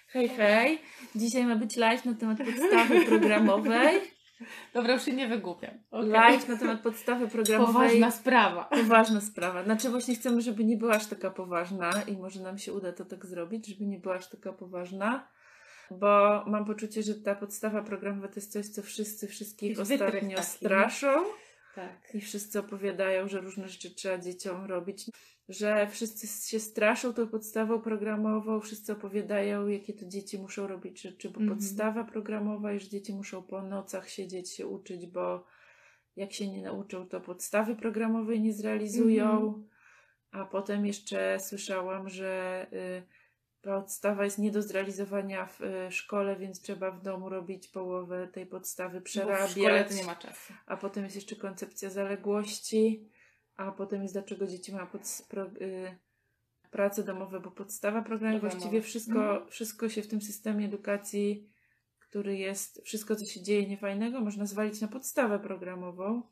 Hej, hej. Dzisiaj ma być live na temat podstawy programowej. Dobra, już się nie wygłupiam. Okay. Live na temat podstawy programowej. Poważna sprawa. Poważna sprawa. Znaczy właśnie chcemy, żeby nie była aż taka poważna i może nam się uda to tak zrobić, żeby nie była aż taka poważna, bo mam poczucie, że ta podstawa programowa to jest coś, co wszystkich ostatnio straszą. Tak. I wszyscy opowiadają, że różne rzeczy trzeba dzieciom robić, że wszyscy się straszą tą podstawą programową, wszyscy opowiadają, jakie to dzieci muszą robić rzeczy, bo podstawa programowa i że dzieci muszą po nocach siedzieć, się uczyć, bo jak się nie nauczą, to podstawy programowej nie zrealizują. A potem jeszcze słyszałam, że podstawa jest nie do zrealizowania w szkole, więc trzeba w domu robić połowę tej podstawy, przerabiać. Bo w szkole to nie ma czasu. A potem jest jeszcze koncepcja zaległości, a potem jest dlaczego dzieci mają prace domowe, bo podstawa programu. Właściwie wszystko się w tym systemie edukacji, który jest, wszystko co się dzieje niefajnego, można zwalić na podstawę programową.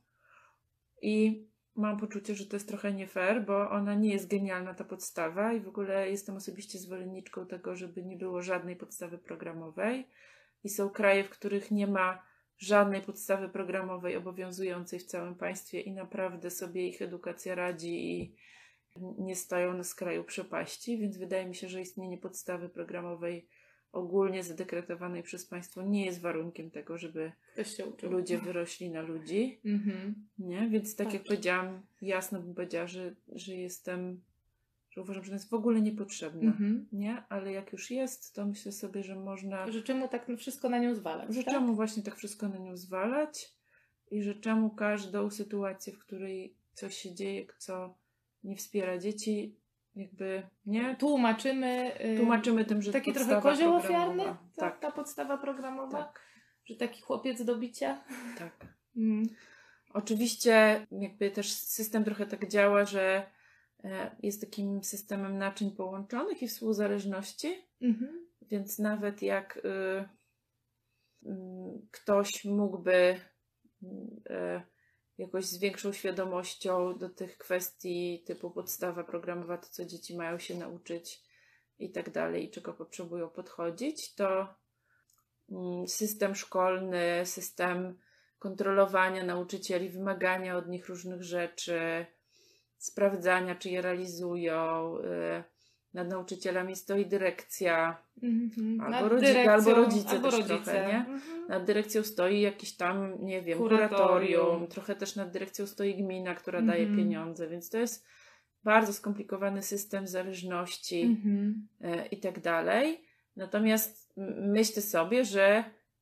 I mam poczucie, że to jest trochę nie fair, bo ona nie jest genialna, ta podstawa, i w ogóle jestem osobiście zwolenniczką tego, żeby nie było żadnej podstawy programowej. I są kraje, w których nie ma żadnej podstawy programowej obowiązującej w całym państwie i naprawdę sobie ich edukacja radzi i nie stoją na skraju przepaści, więc wydaje mi się, że istnienie podstawy programowej ogólnie zadekretowanej przez państwo nie jest warunkiem tego, żeby ludzie wyrośli na ludzi. Nie? Więc tak jak powiedziałam, jasno bym powiedziała, że uważam, że ona jest w ogóle niepotrzebna. Nie? Ale jak już jest, to myślę sobie, że można... Że czemu tak wszystko na nią zwalać? Że czemu właśnie tak wszystko na nią zwalać i że czemu każdą sytuację, w której coś się dzieje, co nie wspiera dzieci, jakby, nie? Tłumaczymy tym, że taki trochę kozioł ofiarny? Ta podstawa programowa? Tak. Że taki chłopiec do bicia? Tak. Oczywiście jakby też system trochę tak działa, że jest takim systemem naczyń połączonych i współzależności, więc nawet jak ktoś mógłby jakoś z większą świadomością do tych kwestii typu podstawa programowa, to co dzieci mają się nauczyć i tak dalej, i czego potrzebują podchodzić, to system szkolny, system kontrolowania nauczycieli, wymagania od nich różnych rzeczy, sprawdzania, czy je realizują. Nad nauczycielami stoi dyrekcja, albo rodzice też trochę, nie? Nad dyrekcją stoi jakiś tam, nie wiem, kuratorium. Trochę też nad dyrekcją stoi gmina, która daje pieniądze, więc to jest bardzo skomplikowany system zależności i tak dalej. Natomiast myślę sobie, że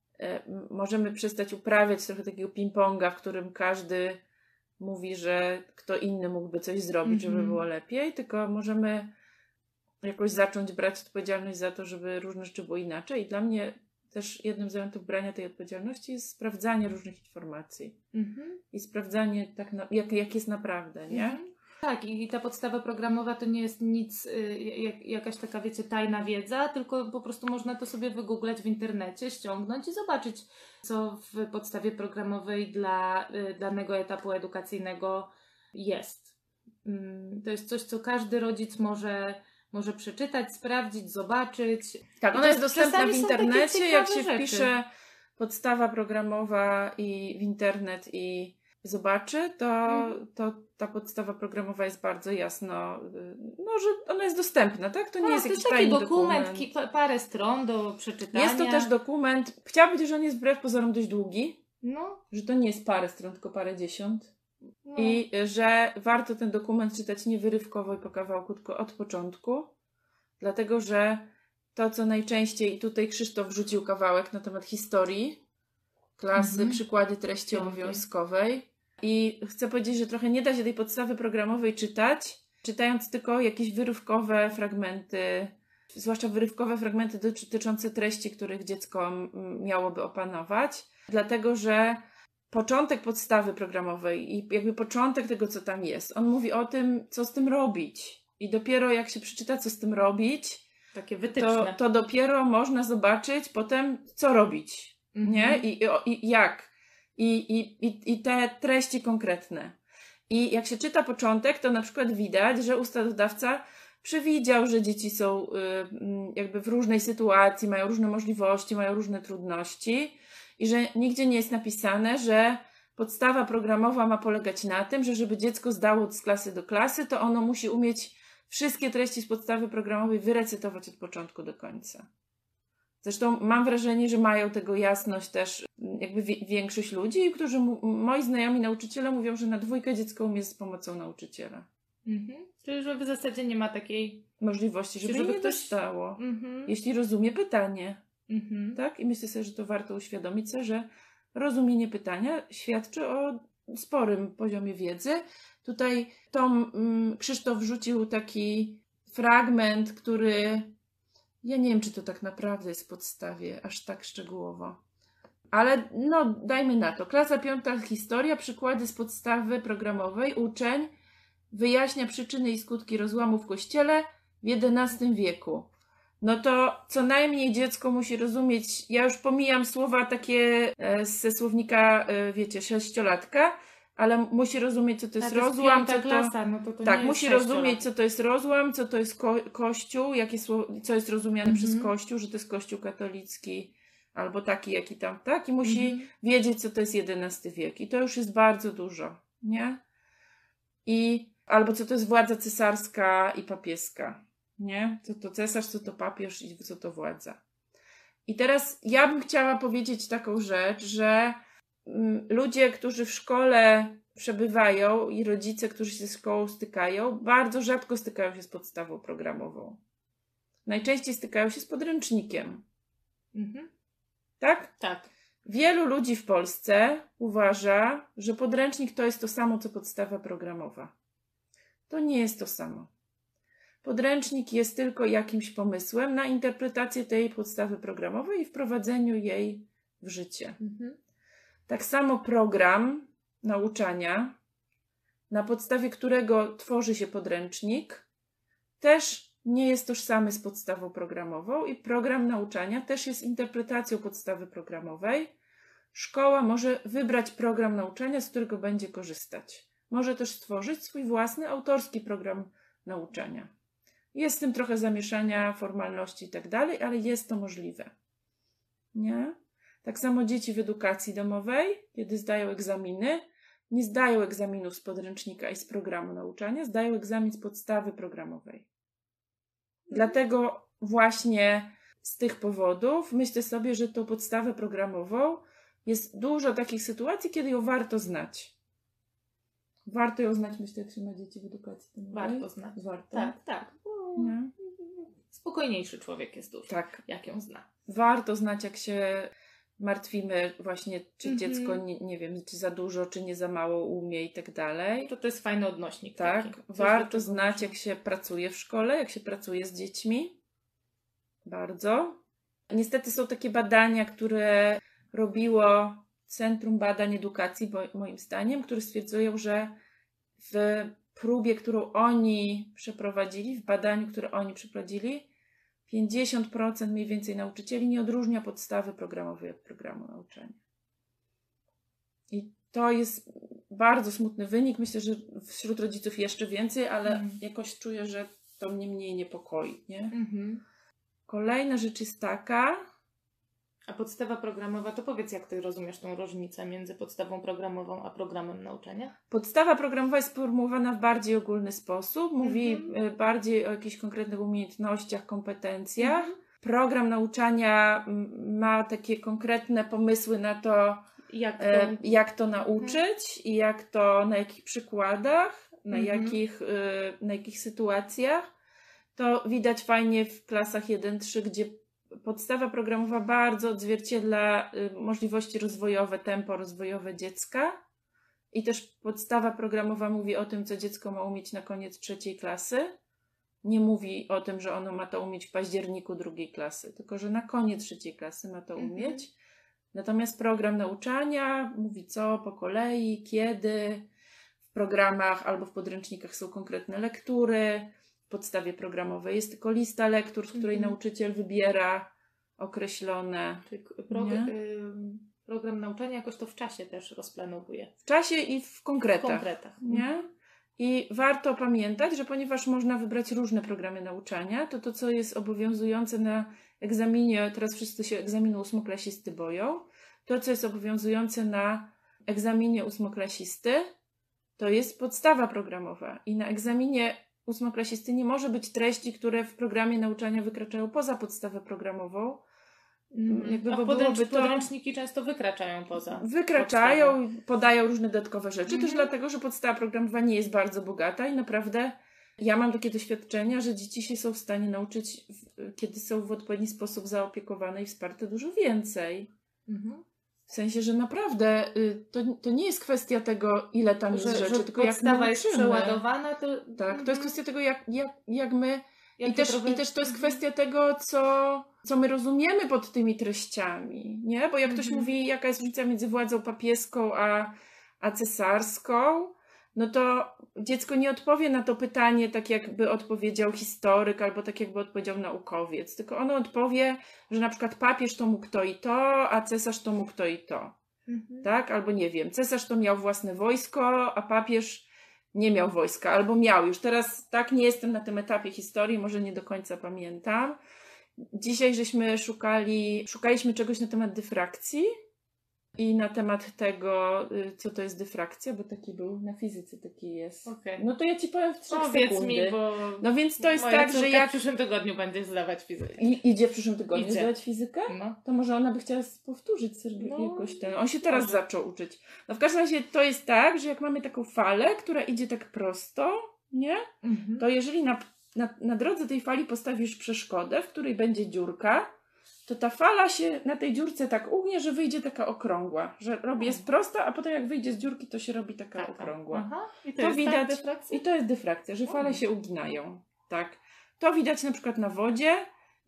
możemy przestać uprawiać trochę takiego ping-ponga, w którym każdy mówi, że kto inny mógłby coś zrobić, żeby było lepiej, tylko możemy jakoś zacząć brać odpowiedzialność za to, żeby różne rzeczy były inaczej. I dla mnie też jednym z elementów brania tej odpowiedzialności jest sprawdzanie różnych informacji. I sprawdzanie tak jak jest naprawdę, nie? Tak, i ta podstawa programowa to nie jest nic, jakaś taka, wiecie, tajna wiedza, tylko po prostu można to sobie wygooglać w internecie, ściągnąć i zobaczyć, co w podstawie programowej dla danego etapu edukacyjnego jest. To jest coś, co każdy rodzic może przeczytać, sprawdzić, zobaczyć. Tak, ona jest dostępna w internecie, jak się wpisze podstawa programowa i w internet i zobaczy, to ta podstawa programowa jest bardzo jasno, że ona jest dostępna, tak? To nie jest jakiś tajny dokument. Parę stron do przeczytania. Jest to też dokument, chciałabym powiedzieć, że on jest wbrew pozorom dość długi, że to nie jest parę stron, tylko parędziesiąt. I że warto ten dokument czytać nie wyrywkowo i po kawałku, tylko od początku, dlatego, że to, co najczęściej, i tutaj Krzysztof wrzucił kawałek na temat historii klasy, przykłady treści obowiązkowej, i chcę powiedzieć, że trochę nie da się tej podstawy programowej czytając tylko jakieś wyrywkowe fragmenty, zwłaszcza wyrywkowe fragmenty dotyczące treści, których dziecko miałoby opanować, dlatego, że początek podstawy programowej i jakby początek tego, co tam jest, on mówi o tym, co z tym robić. I dopiero jak się przeczyta, co z tym robić, takie wytyczne, to dopiero można zobaczyć potem, co robić. Nie? I jak. I te treści konkretne. I jak się czyta początek, to na przykład widać, że ustawodawca przewidział, że dzieci są jakby w różnej sytuacji, mają różne możliwości, mają różne trudności i że nigdzie nie jest napisane, że podstawa programowa ma polegać na tym, że żeby dziecko zdało z klasy do klasy, to ono musi umieć wszystkie treści z podstawy programowej wyrecytować od początku do końca. Zresztą mam wrażenie, że mają tego jasność też jakby większość ludzi, którzy moi znajomi nauczyciele mówią, że na 2 dziecko umie z pomocą nauczyciela. Czyli że w zasadzie nie ma takiej możliwości, żeby nie dostało. Jeśli rozumie pytanie. Tak? I myślę sobie, że to warto uświadomić sobie, że rozumienie pytania świadczy o sporym poziomie wiedzy. Tutaj Krzysztof wrzucił taki fragment, który ja nie wiem, czy to tak naprawdę jest w podstawie, aż tak szczegółowo. Ale no, dajmy na to. Klasa 5, historia, przykłady z podstawy programowej. Uczeń wyjaśnia przyczyny i skutki rozłamu w Kościele w XI wieku. No to co najmniej dziecko musi rozumieć, ja już pomijam słowa takie ze słownika, wiecie, 6-latka, ale musi rozumieć, co to jest rozłam. Tak, musi rozumieć, co to jest rozłam, co to jest Kościół, co jest rozumiane przez Kościół, że to jest Kościół katolicki, albo taki, jaki tam, tak? I musi wiedzieć, co to jest XI wiek. I to już jest bardzo dużo, nie? Albo co to jest władza cesarska i papieska, nie? Co to cesarz, co to papież i co to władza. I teraz ja bym chciała powiedzieć taką rzecz, że ludzie, którzy w szkole przebywają i rodzice, którzy się z szkołą stykają, bardzo rzadko stykają się z podstawą programową. Najczęściej stykają się z podręcznikiem. Tak? Tak. Wielu ludzi w Polsce uważa, że podręcznik to jest to samo, co podstawa programowa. To nie jest to samo. Podręcznik jest tylko jakimś pomysłem na interpretację tej podstawy programowej i wprowadzeniu jej w życie. Tak samo program nauczania, na podstawie którego tworzy się podręcznik, też nie jest tożsamy z podstawą programową i program nauczania też jest interpretacją podstawy programowej. Szkoła może wybrać program nauczania, z którego będzie korzystać. Może też stworzyć swój własny, autorski program nauczania. Jest w tym trochę zamieszania, formalności i tak dalej, ale jest to możliwe. Nie? Tak samo dzieci w edukacji domowej, kiedy zdają egzaminy, nie zdają egzaminów z podręcznika i z programu nauczania, zdają egzamin z podstawy programowej. Dlatego właśnie z tych powodów myślę sobie, że tą podstawę programową jest dużo takich sytuacji, kiedy ją warto znać. Warto ją znać, myślę, jak się ma dzieci w edukacji domowej. Warto znać. Warto. Tak. Nie? Spokojniejszy człowiek jest już, tak. Jak ją zna. Warto znać, jak się martwimy właśnie, czy dziecko, nie wiem, czy za dużo, czy nie za mało umie i tak dalej. To jest fajny odnośnik. Tak. Taki. Warto znać, jak się pracuje w szkole, jak się pracuje z dziećmi. Bardzo. Niestety są takie badania, które robiło Centrum Badań Edukacji, moim zdaniem, które stwierdzają, że w próbie, którą oni przeprowadzili, w badaniu, które oni przeprowadzili, 50% mniej więcej nauczycieli nie odróżnia podstawy programowej od programu nauczania. I to jest bardzo smutny wynik. Myślę, że wśród rodziców jeszcze więcej, ale jakoś czuję, że to mnie mniej niepokoi. Nie? Kolejna rzecz jest taka... A podstawa programowa, to powiedz, jak ty rozumiesz tą różnicę między podstawą programową a programem nauczania? Podstawa programowa jest sformułowana w bardziej ogólny sposób. Mówi bardziej o jakichś konkretnych umiejętnościach, kompetencjach. Program nauczania ma takie konkretne pomysły na to, jak to nauczyć i na jakich przykładach, na jakich sytuacjach. To widać fajnie w klasach 1-3, gdzie podstawa programowa bardzo odzwierciedla możliwości rozwojowe, tempo rozwojowe dziecka i też podstawa programowa mówi o tym, co dziecko ma umieć na koniec 3. klasy. Nie mówi o tym, że ono ma to umieć w październiku 2. klasy, tylko że na koniec 3. klasy ma to umieć. Natomiast program nauczania mówi co, po kolei, kiedy. W programach albo w podręcznikach są konkretne lektury. W podstawie programowej jest tylko lista lektur, z której nauczyciel wybiera określone. Czyli program nauczania jakoś to w czasie też rozplanowuje. W czasie i w konkretach. W konkretach. Nie? I warto pamiętać, że ponieważ można wybrać różne programy nauczania, to co jest obowiązujące na egzaminie, teraz wszyscy się egzaminu ósmoklasisty boją, to co jest obowiązujące na egzaminie ósmoklasisty, to jest podstawa programowa. I na egzaminie ósmoklasisty nie może być treści, które w programie nauczania wykraczają poza podstawę programową. Podręczniki często wykraczają poza. Wykraczają i podają różne dodatkowe rzeczy, też Mhm. dlatego, że podstawa programowa nie jest bardzo bogata i naprawdę ja mam takie doświadczenia, że dzieci się są w stanie nauczyć, kiedy są w odpowiedni sposób zaopiekowane i wsparte, dużo więcej. Mhm. W sensie, że naprawdę to nie jest kwestia tego, ile tam jest rzeczy, tylko jak my podstawa jest uczymy. przeładowana, to... Tak, to jest kwestia tego, jak my... I też to jest Mhm. kwestia tego, co my rozumiemy pod tymi treściami, nie? Bo jak ktoś mówi, jaka jest różnica między władzą papieską a cesarską, no to dziecko nie odpowie na to pytanie tak, jakby odpowiedział historyk albo tak, jakby odpowiedział naukowiec, tylko ono odpowie, że na przykład papież to mógł to i to, a cesarz to mógł to i to. Tak? Albo nie wiem, cesarz to miał własne wojsko, a papież nie miał wojska, albo miał. Już teraz tak nie jestem na tym etapie historii, może nie do końca pamiętam. Dzisiaj żeśmy szukaliśmy czegoś na temat dyfrakcji i na temat tego, co to jest dyfrakcja, bo taki był, na fizyce taki jest. Okay. No to ja ci powiem w 3 Powiedz sekundy. mi, bo no więc to jest tak, że jak w przyszłym tygodniu będziesz zdawać fizykę. Idzie w przyszłym tygodniu zdawać fizykę? No. To może ona by chciała powtórzyć jakoś ten. On się teraz może zaczął uczyć. No w każdym razie to jest tak, że jak mamy taką falę, która idzie tak prosto, nie? To jeżeli na drodze tej fali postawisz przeszkodę, w której będzie dziurka, to ta fala się na tej dziurce tak ugnie, że wyjdzie taka okrągła. Że jest prosta, a potem jak wyjdzie z dziurki, to się robi taka okrągła. Aha. I to jest widać. dyfrakcja? I to jest dyfrakcja, że fale się uginają. Tak. To widać na przykład na wodzie.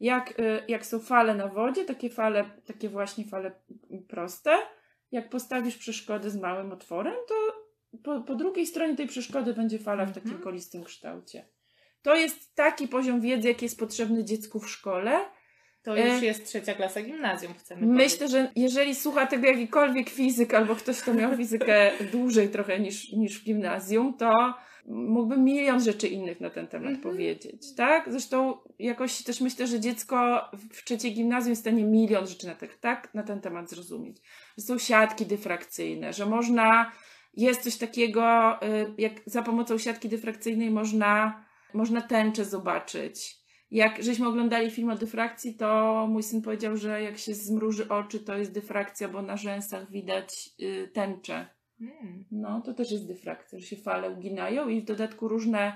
Jak są fale na wodzie, takie właśnie fale proste, jak postawisz przeszkodę z małym otworem, to po drugiej stronie tej przeszkody będzie fala w takim kolistym kształcie. To jest taki poziom wiedzy, jaki jest potrzebny dziecku w szkole. To już jest 3. klasa gimnazjum, chcemy Myślę, powiedzieć. że jeżeli słucha tego jakikolwiek fizyk, albo ktoś, kto miał fizykę dłużej trochę niż w gimnazjum, to mógłby milion rzeczy innych na ten temat powiedzieć, tak? Zresztą jakoś też myślę, że dziecko w 3. gimnazjum jest w stanie milion rzeczy na ten temat zrozumieć. Że są siatki dyfrakcyjne, że jest coś takiego, jak za pomocą siatki dyfrakcyjnej można tęczę zobaczyć. Jak żeśmy oglądali film o dyfrakcji, to mój syn powiedział, że jak się zmruży oczy, to jest dyfrakcja, bo na rzęsach widać tęczę. No, to też jest dyfrakcja, że się fale uginają i w dodatku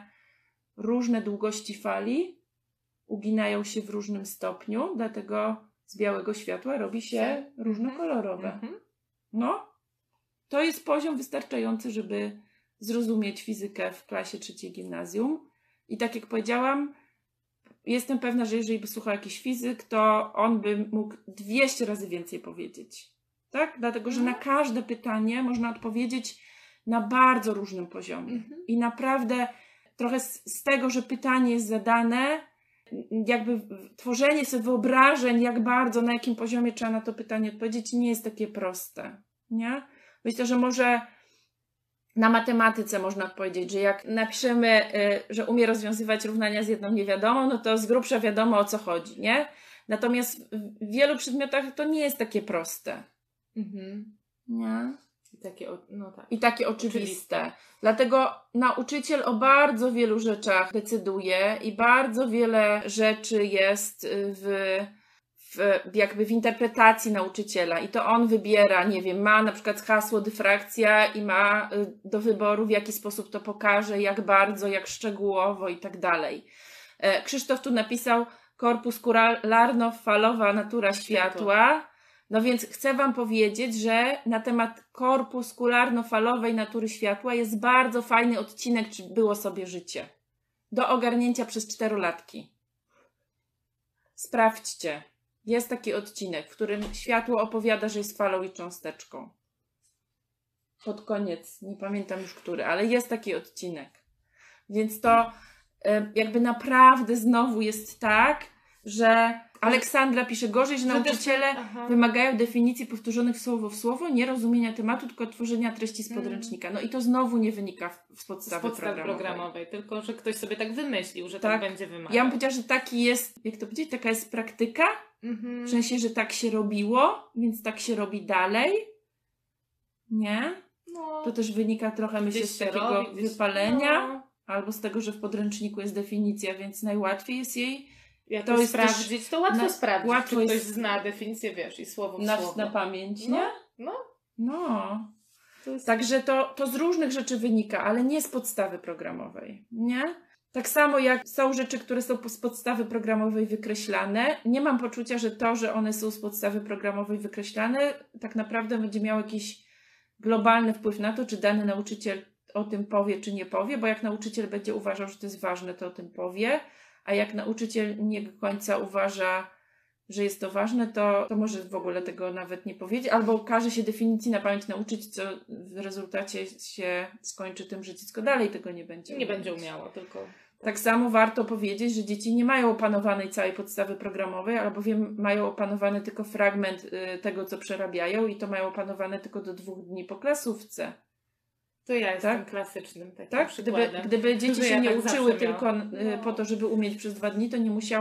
różne długości fali uginają się w różnym stopniu, dlatego z białego światła robi się różnokolorowe. No, to jest poziom wystarczający, żeby zrozumieć fizykę w klasie 3. gimnazjum. I tak jak powiedziałam, jestem pewna, że jeżeli by słuchał jakiś fizyk, to on by mógł 200 razy więcej powiedzieć. Tak? Dlatego, że na każde pytanie można odpowiedzieć na bardzo różnym poziomie. I naprawdę trochę z tego, że pytanie jest zadane, jakby tworzenie sobie wyobrażeń, jak bardzo, na jakim poziomie trzeba na to pytanie odpowiedzieć, nie jest takie proste. Nie? Myślę, że może na matematyce można odpowiedzieć, że jak napiszemy, że umie rozwiązywać równania z jedną niewiadomą, no to z grubsza wiadomo, o co chodzi, nie? Natomiast w wielu przedmiotach to nie jest takie proste. Nie? I takie oczywiste. Dlatego nauczyciel o bardzo wielu rzeczach decyduje i bardzo wiele rzeczy jest jakby w interpretacji nauczyciela i to on wybiera, nie wiem, ma na przykład hasło dyfrakcja i ma do wyboru, w jaki sposób to pokaże, jak bardzo, jak szczegółowo i tak dalej. Krzysztof tu napisał korpuskularno-falowa natura światła. No więc chcę Wam powiedzieć, że na temat korpuskularno-falowej natury światła jest bardzo fajny odcinek, czy było sobie życie. Do ogarnięcia przez 4-latki. Sprawdźcie. Jest taki odcinek, w którym światło opowiada, że jest falą i cząsteczką. Pod koniec, nie pamiętam już który, ale jest taki odcinek. Więc to jakby naprawdę znowu jest tak, że Aleksandra pisze, gorzej, że nauczyciele wymagają definicji powtórzonych słowo w słowo, nie rozumienia tematu, tylko tworzenia treści z podręcznika. No i to znowu nie wynika z podstawy programowej. Tylko że ktoś sobie tak wymyślił, że tak będzie wymagał. Ja bym powiedziała, że taki jest, jak to powiedzieć, taka jest praktyka, w sensie, że tak się robiło, więc tak się robi dalej. Nie? No, to też wynika trochę, myślę, z takiego wypalenia, albo z tego, że w podręczniku jest definicja, więc najłatwiej jest jej to jest sprawdzić, to łatwo sprawdzić, łatwo czy ktoś zna definicję, wiesz, i słowo w słowo. Na pamięć, nie? No. Także to z różnych rzeczy wynika, ale nie z podstawy programowej, nie? Tak samo jak są rzeczy, które są z podstawy programowej wykreślane, nie mam poczucia, że to, że one są z podstawy programowej wykreślane, tak naprawdę będzie miało jakiś globalny wpływ na to, czy dany nauczyciel o tym powie, czy nie powie, bo jak nauczyciel będzie uważał, że to jest ważne, to o tym powie, a jak nauczyciel nie do końca uważa, że jest to ważne, to może w ogóle tego nawet nie powiedzieć, albo każe się definicji na pamięć nauczyć, co w rezultacie się skończy tym, że dziecko dalej tego nie będzie umieć. Nie będzie umiało, tylko... Tak samo warto powiedzieć, że dzieci nie mają opanowanej całej podstawy programowej, albowiem mają opanowany tylko fragment tego, co przerabiają i to mają opanowane tylko do 2 dni po klasówce. To ja jestem klasycznym takim przykładem. Gdyby dzieci się nie uczyły tylko po to, żeby umieć przez 2 dni, to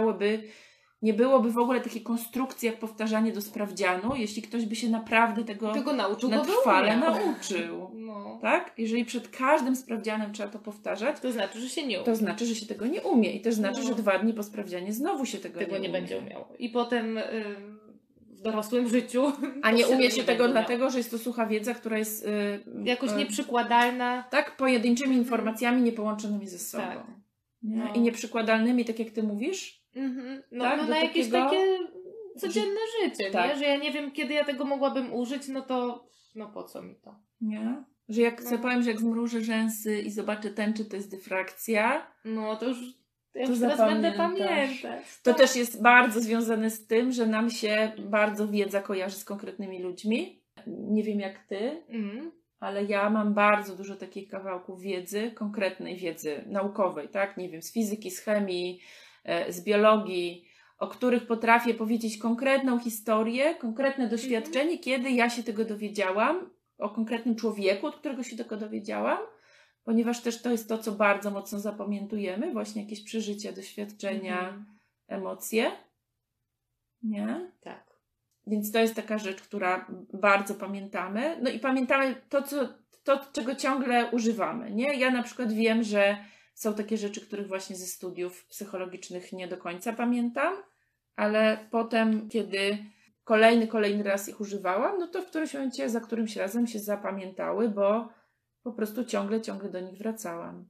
nie byłoby w ogóle takiej konstrukcji jak powtarzanie do sprawdzianu, jeśli ktoś by się naprawdę tego nauczył, na trwale nauczył. No. Tak? Jeżeli przed każdym sprawdzianem trzeba to powtarzać, to znaczy, że się nie umie. To znaczy, że się tego nie umie. I też znaczy, że 2 dni po sprawdzianie znowu się tego nie będzie umiało. I potem w dorosłym życiu... A nie umie się tego dlatego, że jest to sucha wiedza, która jest... jakoś nieprzykładalna. Tak, pojedynczymi informacjami niepołączonymi ze sobą. Tak. Nie? I nieprzykładalnymi, tak jak ty mówisz. Tak, na jakieś takie codzienne życie, nie? Że ja nie wiem, kiedy ja tego mogłabym użyć, no to po co mi to? Nie? Że jak sobie powiem, że jak zmrużę rzęsy i zobaczę tęczy, to jest dyfrakcja. No to już teraz będę pamiętać. To też jest bardzo związane z tym, że nam się bardzo wiedza kojarzy z konkretnymi ludźmi. Nie wiem jak ty, ale ja mam bardzo dużo takich kawałków wiedzy, konkretnej wiedzy naukowej, tak? Nie wiem, z fizyki, z chemii, z biologii, o których potrafię powiedzieć konkretną historię, konkretne doświadczenie, kiedy ja się tego dowiedziałam, o konkretnym człowieku, od którego się tego dowiedziałam, ponieważ też to jest to, co bardzo mocno zapamiętujemy, właśnie jakieś przeżycia, doświadczenia, emocje. Nie? Tak. Więc to jest taka rzecz, która bardzo pamiętamy. No i pamiętamy to, czego ciągle używamy. Nie? Ja na przykład wiem, że są takie rzeczy, których właśnie ze studiów psychologicznych nie do końca pamiętam, ale potem, kiedy kolejny raz ich używałam, no to w którymś momencie za którymś razem się zapamiętały, bo po prostu ciągle do nich wracałam.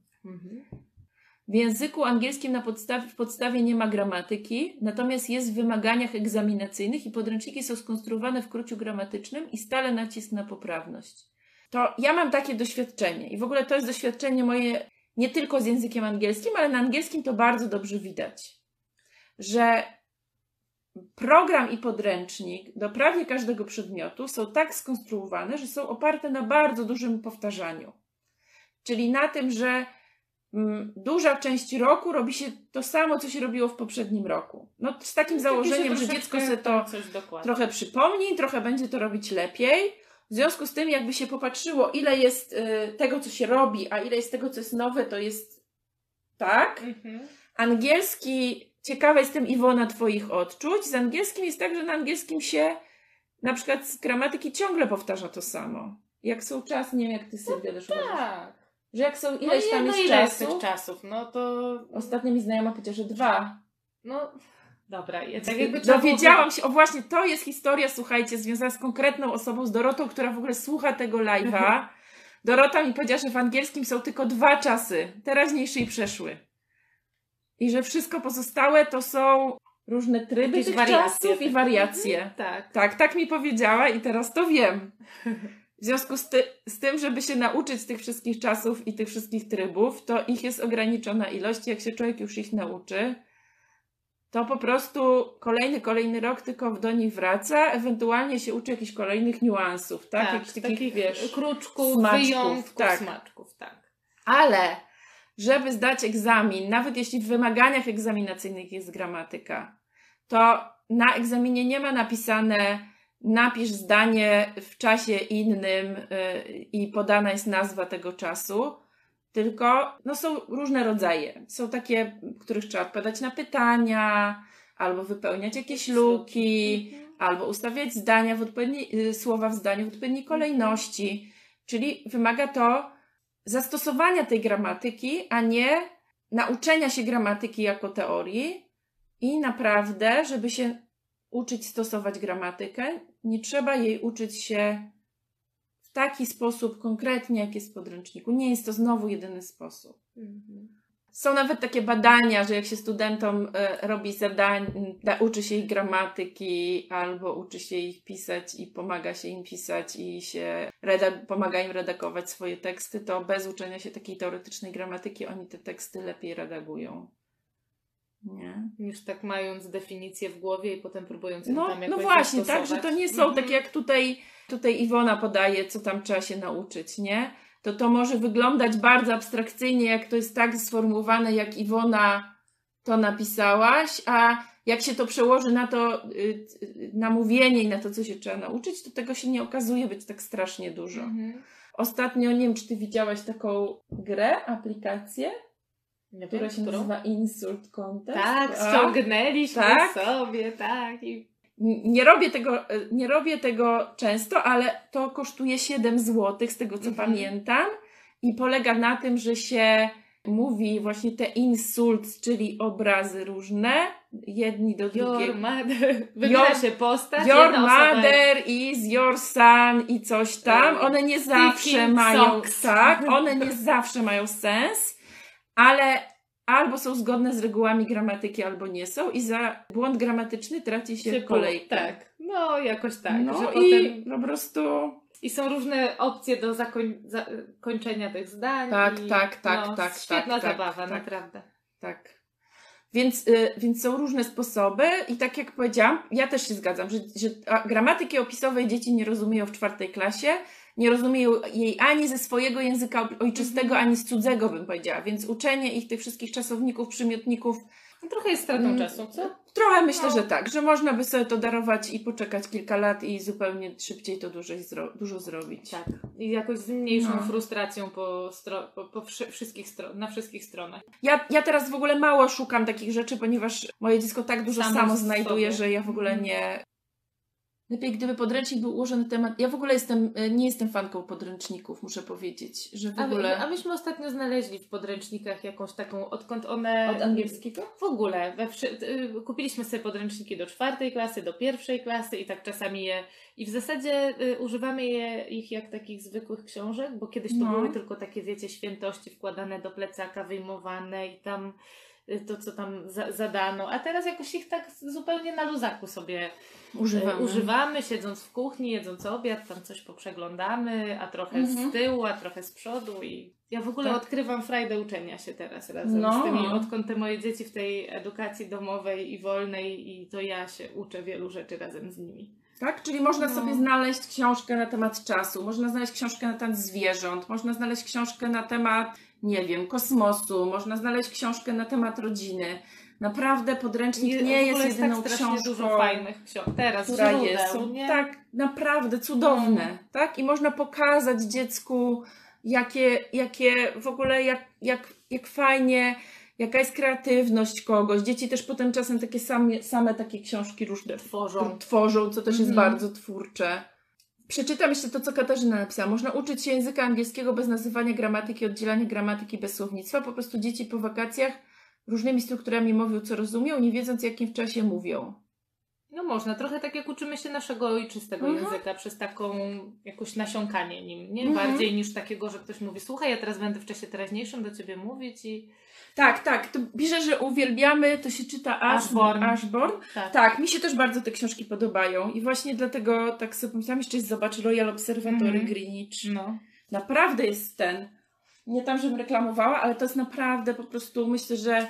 W języku angielskim w podstawie nie ma gramatyki, natomiast jest w wymaganiach egzaminacyjnych i podręczniki są skonstruowane w króciu gramatycznym i stale nacisk na poprawność. To ja mam takie doświadczenie i w ogóle to jest doświadczenie moje nie tylko z językiem angielskim, ale na angielskim to bardzo dobrze widać, że program i podręcznik do prawie każdego przedmiotu są tak skonstruowane, że są oparte na bardzo dużym powtarzaniu. Czyli na tym, że duża część roku robi się to samo, co się robiło w poprzednim roku. No, z takim założeniem, że dziecko sobie to trochę przypomni, trochę będzie to robić lepiej. W związku z tym, jakby się popatrzyło, ile jest tego, co się robi, a ile jest tego, co jest nowe, to jest tak. Angielski, ciekawa jestem, Iwona, twoich odczuć. Z angielskim jest tak, że na angielskim się na przykład z gramatyki ciągle powtarza to samo. Jak są czasy, nie wiem jak ty sobie też uważasz. Tak. Że jak są ileś tam jest tych czasów, no to... Ostatnio mi znajoma powiedziała, że 2. No, dobra. Tak jakby dowiedziałam się, właśnie to jest historia, słuchajcie, związana z konkretną osobą, z Dorotą, która w ogóle słucha tego live'a. Dorota mi powiedziała, że w angielskim są tylko 2 czasy, teraźniejszy i przeszły. I że wszystko pozostałe to są różne tryby jakieś tych czasów i wariacje. Tak mi powiedziała i teraz to wiem. W związku z tym, żeby się nauczyć tych wszystkich czasów i tych wszystkich trybów, to ich jest ograniczona ilość. Jak się człowiek już ich nauczy, to po prostu kolejny rok tylko do nich wraca, ewentualnie się uczy jakichś kolejnych niuansów, tak? Jakichś takich, wiesz, kruczków, wyjątków, smaczków, tak. Ale żeby zdać egzamin, nawet jeśli w wymaganiach egzaminacyjnych jest gramatyka, to na egzaminie nie ma napisane napisz zdanie w czasie innym i podana jest nazwa tego czasu, tylko są różne rodzaje. Są takie, w których trzeba odpowiadać na pytania, albo wypełniać jakieś luki, albo ustawiać zdania słowa w zdaniu w odpowiedniej kolejności. Czyli wymaga to zastosowania tej gramatyki, a nie nauczenia się gramatyki jako teorii. I naprawdę, żeby się uczyć stosować gramatykę, nie trzeba jej uczyć się w taki sposób konkretnie, jak jest w podręczniku. Nie jest to znowu jedyny sposób. Są nawet takie badania, że jak się studentom robi zadania, uczy się ich gramatyki albo uczy się ich pisać i pomaga się im pisać i się pomaga im redagować swoje teksty, to bez uczenia się takiej teoretycznej gramatyki oni te teksty lepiej redagują. Nie? Już tak mając definicję w głowie i potem próbując ją tam jakoś No właśnie, zastosować. tak, że to nie są tak jak tutaj Iwona podaje, co tam trzeba się nauczyć, nie? To może wyglądać bardzo abstrakcyjnie, jak to jest tak sformułowane, jak Iwona to napisałaś, a jak się to przełoży na to na mówienie i na to, co się trzeba nauczyć, to tego się nie okazuje być tak strasznie dużo. Ostatnio, nie wiem, czy ty widziałaś taką grę, aplikację, która się nazywa Insult Contest. Tak, ściągnęliśmy sobie, tak. Nie robię tego często, ale to kosztuje 7 zł, z tego co pamiętam. I polega na tym, że się mówi właśnie te insults, czyli obrazy różne, jedni do drugiego. Your mother. Wybiera się postać. Your mother is your son i coś tam. One nie zawsze mają, one nie zawsze mają sens, ale albo są zgodne z regułami gramatyki, albo nie są i za błąd gramatyczny traci się kolejkę. Tak, no jakoś tak. No że i potem... po prostu... I są różne opcje do zakończenia tych zdań. Tak. Świetna zabawa, naprawdę. Tak. Więc są różne sposoby i tak jak powiedziałam, ja też się zgadzam, że gramatyki opisowej dzieci nie rozumieją w 4. klasie, nie rozumieją jej ani ze swojego języka ojczystego, ani z cudzego, bym powiedziała. Więc uczenie ich tych wszystkich czasowników, przymiotników... Trochę jest stratą czasu, co? Trochę myślę, że tak, że można by sobie to darować i poczekać kilka lat i zupełnie szybciej to dużo zrobić. Tak. I jakoś z mniejszą frustracją na wszystkich stronach. Ja teraz w ogóle mało szukam takich rzeczy, ponieważ moje dziecko tak dużo samo znajduje, że ja w ogóle nie... Lepiej, gdyby podręcznik był ułożony temat... Ja w ogóle nie jestem fanką podręczników, muszę powiedzieć, że w ogóle... A myśmy ostatnio znaleźli w podręcznikach jakąś taką, odkąd one... Od angielskiego? W ogóle. Kupiliśmy sobie podręczniki do 4. klasy, do 1. klasy i tak czasami I w zasadzie używamy ich jak takich zwykłych książek, bo kiedyś to były tylko takie, wiecie, świętości wkładane do plecaka, wyjmowane i tam... to, co tam zadano, a teraz jakoś ich tak zupełnie na luzaku sobie używamy, siedząc w kuchni, jedząc obiad, tam coś poprzeglądamy, a trochę z tyłu, a trochę z przodu i ja w ogóle odkrywam frajdę uczenia się teraz razem z tymi, odkąd te moje dzieci w tej edukacji domowej i wolnej i to ja się uczę wielu rzeczy razem z nimi. Tak? Czyli można sobie znaleźć książkę na temat czasu, można znaleźć książkę na temat zwierząt, można znaleźć książkę na temat, nie wiem, kosmosu, można znaleźć książkę na temat rodziny. Naprawdę podręcznik nie jest jedyną książką, dużo fajnych książek teraz, która źródeł, jest. Są nie? tak naprawdę cudowne. Tak? I można pokazać dziecku, jakie w ogóle, jak fajnie, jaka jest kreatywność kogoś. Dzieci też potem czasem takie same takie książki różne tworzą, co też jest bardzo twórcze. Przeczytam jeszcze to, co Katarzyna napisała. Można uczyć się języka angielskiego bez nazywania gramatyki, oddzielania gramatyki bez słownictwa. Po prostu dzieci po wakacjach różnymi strukturami mówią, co rozumią, nie wiedząc, jakim w czasie mówią. No można, trochę tak jak uczymy się naszego ojczystego języka, przez taką jakoś nasiąkanie nim, nie? Bardziej niż takiego, że ktoś mówi, słuchaj, ja teraz będę w czasie teraźniejszym do ciebie mówić i... Tak. To pisze, że uwielbiamy, to się czyta Ashbourne. Tak, mi się też bardzo te książki podobają i właśnie dlatego tak sobie pomyślałam, jeszcze zobacz Royal Observatory Greenwich. No. Naprawdę jest nie tam, żebym reklamowała, ale to jest naprawdę po prostu, myślę, że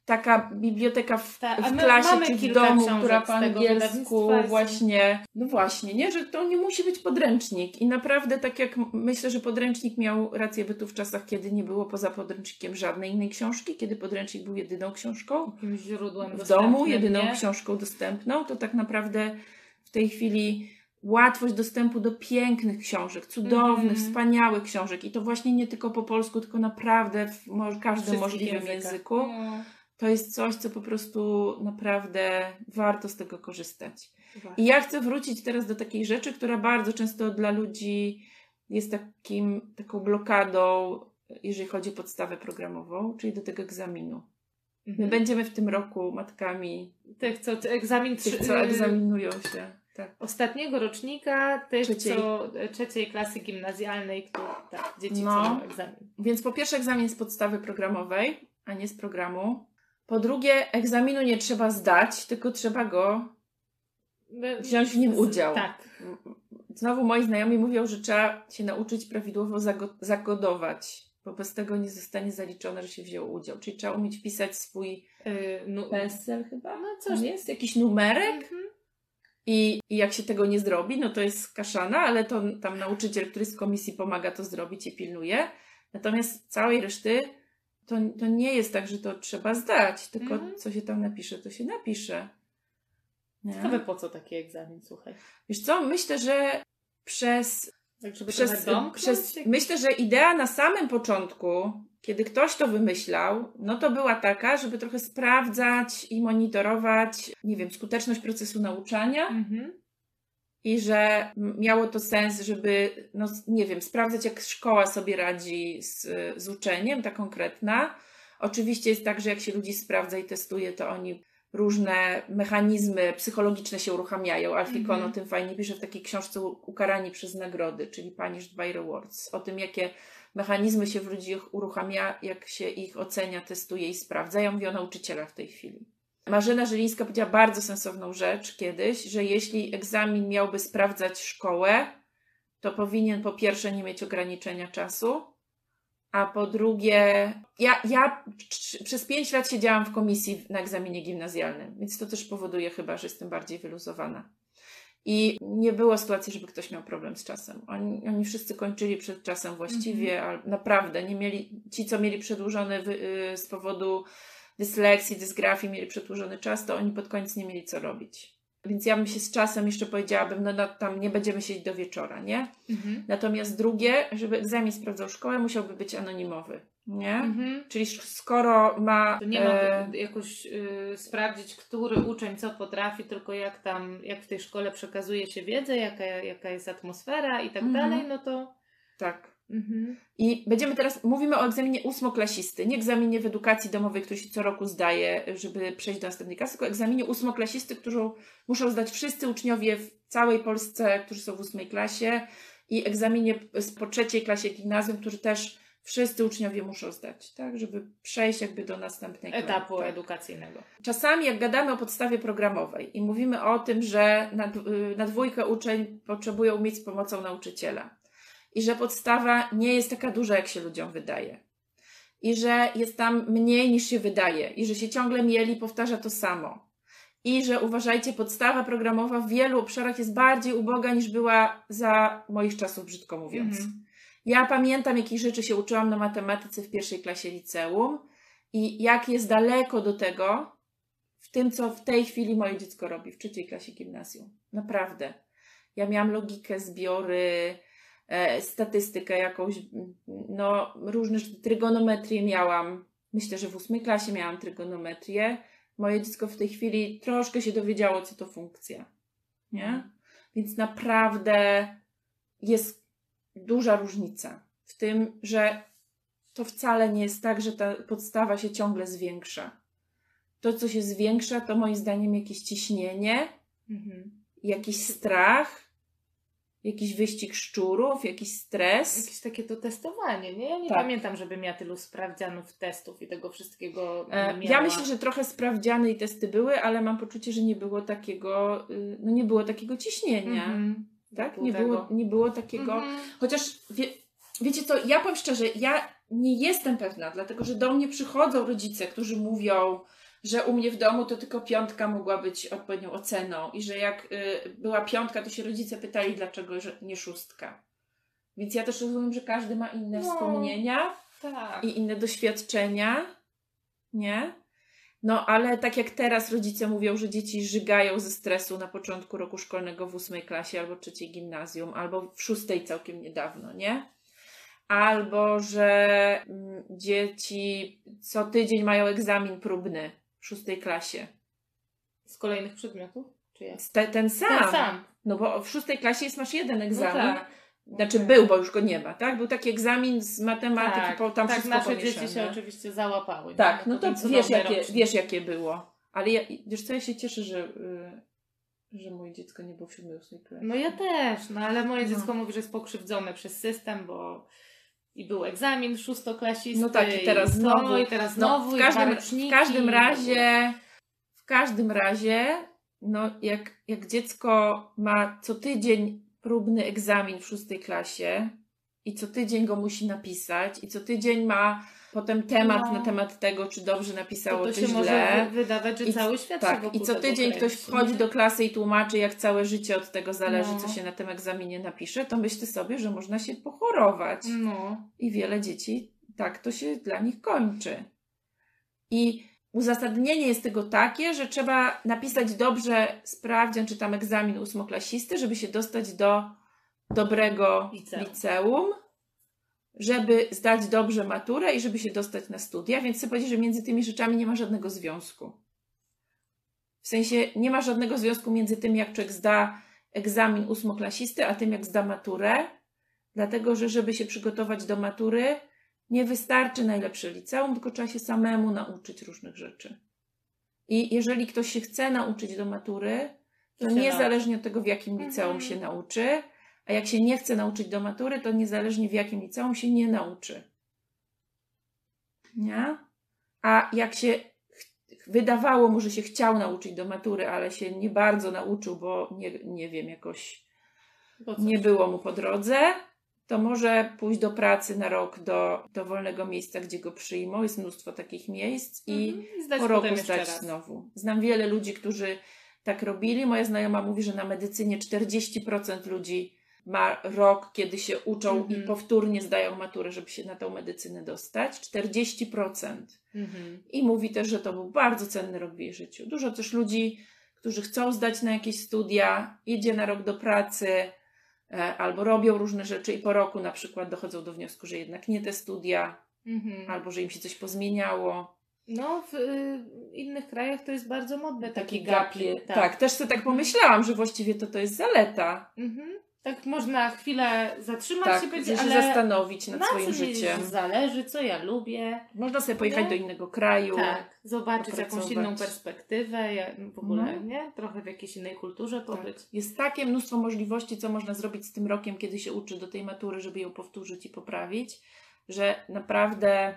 taka biblioteka w my klasie mamy czy w kilka domu, książek która po z tego angielsku wydawnictwa właśnie, no właśnie, nie, że to nie musi być podręcznik i naprawdę tak jak myślę, że podręcznik miał rację bytu w czasach, kiedy nie było poza podręcznikiem żadnej innej książki, kiedy podręcznik był jedyną książką jakimś źródłem w domu, jedyną nie? książką dostępną, to tak naprawdę w tej chwili łatwość dostępu do pięknych książek, cudownych, wspaniałych książek i to właśnie nie tylko po polsku, tylko naprawdę w każdym możliwym języku. No. To jest coś, co po prostu naprawdę warto z tego korzystać. Właśnie. I ja chcę wrócić teraz do takiej rzeczy, która bardzo często dla ludzi jest taką blokadą, jeżeli chodzi o podstawę programową, czyli do tego egzaminu. My będziemy w tym roku matkami tych, co egzaminują się. Tak. Ostatniego rocznika tych, trzeciej klasy gimnazjalnej, dzieci co mają egzamin. Więc po pierwsze egzamin z podstawy programowej, a nie z programu. Po drugie, egzaminu nie trzeba zdać, tylko trzeba go wziąć w nim udział. Tak. Znowu moi znajomi mówią, że trzeba się nauczyć prawidłowo zakodować, bo bez tego nie zostanie zaliczone, że się wziął udział. Czyli trzeba umieć wpisać swój PESEL chyba? No coś jest, jakiś numerek. I jak się tego nie zrobi, no to jest kaszana, ale to tam nauczyciel, który z komisji pomaga to zrobić i pilnuje. Natomiast całej reszty to nie jest tak, że to trzeba zdać, tylko co się tam napisze, to się napisze. Ciekawe, po co taki egzamin, słuchaj. Wiesz co, myślę, że myślę, że idea na samym początku, kiedy ktoś to wymyślał, no to była taka, żeby trochę sprawdzać i monitorować, nie wiem, skuteczność procesu nauczania i że miało to sens, żeby, no nie wiem, sprawdzać, jak szkoła sobie radzi z uczeniem, ta konkretna. Oczywiście jest tak, że jak się ludzi sprawdza i testuje, to oni różne mechanizmy psychologiczne się uruchamiają. Alfie Kohn o tym fajnie pisze w takiej książce Ukarani przez nagrody, czyli Punished by Rewards. O tym, jakie mechanizmy się w ludziach uruchamia, jak się ich ocenia, testuje i sprawdza. Ja mówię o nauczycielach w tej chwili. Marzena Żylińska powiedziała bardzo sensowną rzecz kiedyś, że jeśli egzamin miałby sprawdzać szkołę, to powinien po pierwsze nie mieć ograniczenia czasu, a po drugie, ja przez 5 lat siedziałam w komisji na egzaminie gimnazjalnym, więc to też powoduje chyba, że jestem bardziej wyluzowana. I nie było sytuacji, żeby ktoś miał problem z czasem. Oni wszyscy kończyli przed czasem właściwie, ale naprawdę nie mieli, ci co mieli przedłużony z powodu dysleksji, dysgrafii, mieli przedłużony czas, to oni pod koniec nie mieli co robić. Więc ja bym się z czasem jeszcze powiedziałabym, no tam nie będziemy siedzieć do wieczora, nie? Natomiast drugie, żeby egzamin sprawdzał szkołę, musiałby być anonimowy, nie? Czyli skoro ma... To nie ma jakoś sprawdzić, który uczeń co potrafi, tylko jak w tej szkole przekazuje się wiedzę, jaka jest atmosfera i tak dalej, no to... Tak. I mówimy o egzaminie 8-klasisty, nie egzaminie w edukacji domowej, który się co roku zdaje, żeby przejść do następnej klasy, tylko egzaminie 8-klasisty, którzy muszą zdać wszyscy uczniowie w całej Polsce, którzy są w 8 klasie i egzaminie po 3 klasie gimnazjum, którzy też wszyscy uczniowie muszą zdać, tak, żeby przejść jakby do następnej etapu edukacyjnego. Czasami jak gadamy o podstawie programowej i mówimy o tym, że na 2 uczeń potrzebuje umieć z pomocą nauczyciela, i że podstawa nie jest taka duża, jak się ludziom wydaje. I że jest tam mniej niż się wydaje. I że się ciągle mieli, powtarza to samo. I że uważajcie, podstawa programowa w wielu obszarach jest bardziej uboga niż była za moich czasów, brzydko mówiąc. Ja pamiętam, jakich rzeczy się uczyłam na matematyce w 1 klasie liceum i jak jest daleko do tego w tym, co w tej chwili moje dziecko robi w 3 klasie gimnazjum. Naprawdę. Ja miałam logikę, zbiory, statystykę jakąś, no różne trygonometrię miałam. Myślę, że w 8 klasie miałam trygonometrię. Moje dziecko w tej chwili troszkę się dowiedziało, co to funkcja. Nie? Więc naprawdę jest duża różnica w tym, że to wcale nie jest tak, że ta podstawa się ciągle zwiększa. To, co się zwiększa, to moim zdaniem jakieś ciśnienie, jakiś strach, jakiś wyścig szczurów, jakiś stres. Jakieś takie to testowanie, nie? Ja nie pamiętam, żebym ja tylu sprawdzianów, testów i tego wszystkiego miała. Ja myślę, że trochę sprawdziany i testy były, ale mam poczucie, że nie było takiego ciśnienia. Tak? Nie było takiego. Chociaż wiecie co, ja powiem szczerze, ja nie jestem pewna, dlatego że do mnie przychodzą rodzice, którzy mówią, że u mnie w domu to tylko 5 mogła być odpowiednią oceną i że jak była 5, to się rodzice pytali, dlaczego że nie 6. Więc ja też rozumiem, że każdy ma inne wspomnienia i inne doświadczenia, nie? No ale tak jak teraz rodzice mówią, że dzieci żygają ze stresu na początku roku szkolnego w 8 klasie albo 3 gimnazjum, albo w 6 całkiem niedawno, nie? Albo że dzieci co tydzień mają egzamin próbny w 6 klasie. Z kolejnych przedmiotów? Czy jak? Ten sam. Ten sam. No bo w 6 klasie masz jeden egzamin. No tak. Znaczy był, bo już go nie ma, tak? Był taki egzamin z matematyki, Tak, tam tak, wszystko nasze pomieszane. dzieci się oczywiście załapały. Tak, no to wiesz jakie było. Ale wiesz co, ja się cieszę, że moje dziecko nie było w 7-8 klasie. No ja też, no ale moje dziecko mówi, że jest pokrzywdzone przez system, bo i był egzamin 6-klasisty. No tak, i teraz znowu. I teraz znowu, w każdym razie, no jak dziecko ma co tydzień próbny egzamin w 6 klasie i co tydzień go musi napisać i co tydzień ma potem temat na temat tego, czy dobrze napisało, to czy się źle. może wydawać, że cały świat się wokół i co tydzień tego ktoś wchodzi do klasy i tłumaczy, jak całe życie od tego zależy, No. co się na tym egzaminie napisze, to myślę sobie, że można się pochorować. No. I wiele dzieci tak to się dla nich kończy. I uzasadnienie jest tego takie, że trzeba napisać dobrze sprawdzian, czy tam egzamin 8-klasisty, żeby się dostać do dobrego liceum, żeby zdać dobrze maturę i żeby się dostać na studia, więc chcę powiedzieć, że między tymi rzeczami nie ma żadnego związku. W sensie nie ma żadnego związku między tym, jak człowiek zda egzamin 8-klasisty, a tym, jak zda maturę, dlatego, że żeby się przygotować do matury, nie wystarczy najlepsze liceum, tylko trzeba się samemu nauczyć różnych rzeczy. I jeżeli ktoś się chce nauczyć do matury, to niezależnie od tego, w jakim liceum się nauczy, a jak się nie chce nauczyć do matury, to niezależnie w jakim liceum się nie nauczy. Nie? A jak się wydawało mu, że się chciał nauczyć do matury, ale się nie bardzo nauczył, bo nie wiem, jakoś nie było mu po drodze, to może pójść do pracy na rok do wolnego miejsca, gdzie go przyjmą. Jest mnóstwo takich miejsc i po roku zdać znowu. Znam wiele ludzi, którzy tak robili. Moja znajoma mówi, że na medycynie 40% ludzi ma rok, kiedy się uczą i powtórnie zdają maturę, żeby się na tą medycynę dostać. 40%. I mówi też, że to był bardzo cenny rok w jej życiu. Dużo też ludzi, którzy chcą zdać na jakieś studia, idzie na rok do pracy, albo robią różne rzeczy i po roku na przykład dochodzą do wniosku, że jednak nie te studia, albo że im się coś pozmieniało. No, w innych krajach to jest bardzo modne. Taki gap year. Tak, też sobie tak pomyślałam, że właściwie to jest zaleta. Tak można chwilę zatrzymać się, ale się zastanowić nad swoim życiem. Zależy, co ja lubię. Można sobie pojechać do innego kraju. Tak, zobaczyć jakąś inną perspektywę, w ogóle, nie? Trochę w jakiejś innej kulturze pobyć. Tak. Jest takie mnóstwo możliwości, co można zrobić z tym rokiem, kiedy się uczy do tej matury, żeby ją powtórzyć i poprawić, że naprawdę...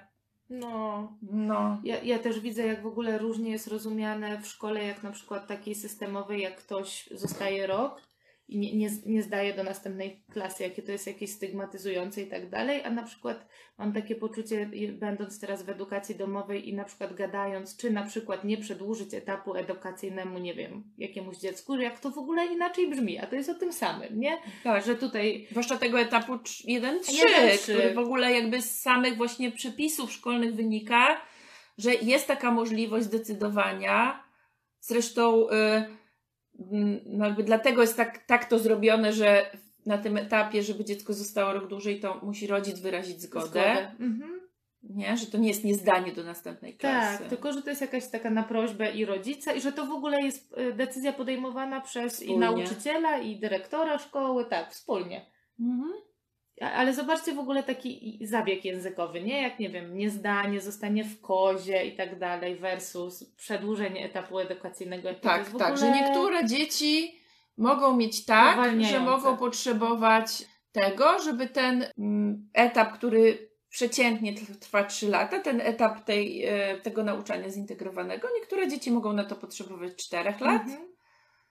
Ja też widzę, jak w ogóle różnie jest rozumiane w szkole, jak na przykład takiej systemowej, jak ktoś zostaje rok i nie zdaje do następnej klasy, jakie to jest jakieś stygmatyzujące i tak dalej, a na przykład mam takie poczucie, będąc teraz w edukacji domowej i na przykład gadając, czy na przykład nie przedłużyć etapu edukacyjnemu, nie wiem, jakiemuś dziecku, że jak to w ogóle inaczej brzmi, a to jest o tym samym, nie? Tak, że tutaj... Zwłaszcza tego etapu 1-3, który w ogóle jakby z samych właśnie przepisów szkolnych wynika, że jest taka możliwość zdecydowania. Zresztą jakby dlatego jest tak to zrobione, że na tym etapie, żeby dziecko zostało rok dłużej, to musi rodzic wyrazić zgodę. Nie? Że to nie jest niezdanie do następnej klasy. Tak, tylko że to jest jakaś taka na prośbę i rodzica i że to w ogóle jest decyzja podejmowana przez i nauczyciela, i dyrektora szkoły, tak, wspólnie. Ale zobaczcie w ogóle taki zabieg językowy, nie? Jak, nie wiem, niezdanie, zostanie w kozie i tak dalej versus przedłużenie etapu edukacyjnego. Tak, tak, że niektóre dzieci mogą mieć tak, że mogą potrzebować tego, żeby ten etap, który przeciętnie trwa 3 lata, ten etap tego nauczania zintegrowanego, niektóre dzieci mogą na to potrzebować 4 lat.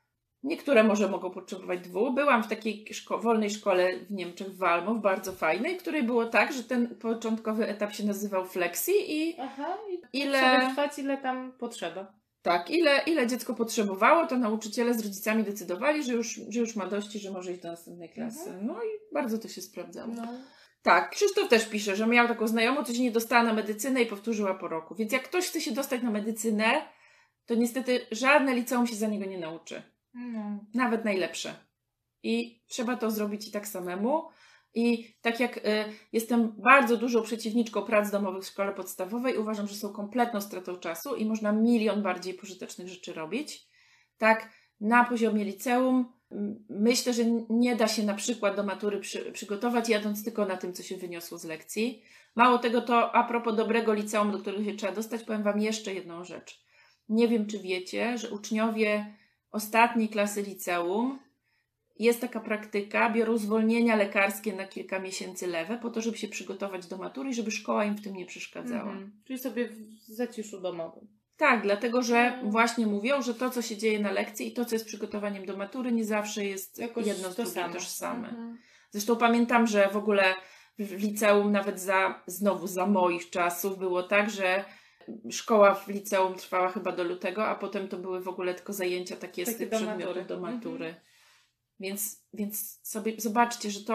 Niektóre może mogą potrzebować 2. Byłam w takiej wolnej szkole w Niemczech, w Walmow, bardzo fajnej, w której było tak, że ten początkowy etap się nazywał flexi i Trzeba trwać, ile tam potrzeba. Tak, ile dziecko potrzebowało, to nauczyciele z rodzicami decydowali, że już ma dość i że może iść do następnej klasy. No i bardzo to się sprawdzało. No. Tak, Krzysztof też pisze, że miał taką znajomą, co się nie dostała na medycynę i powtórzyła po roku. Więc jak ktoś chce się dostać na medycynę, to niestety żadne liceum się za niego nie nauczy. Nawet najlepsze. I trzeba to zrobić i tak samemu. I tak jak jestem bardzo dużą przeciwniczką prac domowych w szkole podstawowej, uważam, że są kompletną stratą czasu i można milion bardziej pożytecznych rzeczy robić. Tak, na poziomie liceum myślę, że nie da się na przykład do matury przygotować, jadąc tylko na tym, co się wyniosło z lekcji. Mało tego, to a propos dobrego liceum, do którego się trzeba dostać, powiem Wam jeszcze jedną rzecz. Nie wiem, czy wiecie, że uczniowie ostatniej klasy liceum, jest taka praktyka, biorą zwolnienia lekarskie na kilka miesięcy lewe po to, żeby się przygotować do matury i żeby szkoła im w tym nie przeszkadzała. Czyli sobie w zaciszu domowym. Tak, dlatego, że właśnie mówią, że to, co się dzieje na lekcji i to, co jest przygotowaniem do matury, nie zawsze jest jakoś jedno z drugim tożsame. Zresztą pamiętam, że w ogóle w liceum nawet za moich czasów było tak, że szkoła w liceum trwała chyba do lutego, a potem to były w ogóle tylko zajęcia takie z tych przedmiotów do matury. Więc sobie zobaczcie, że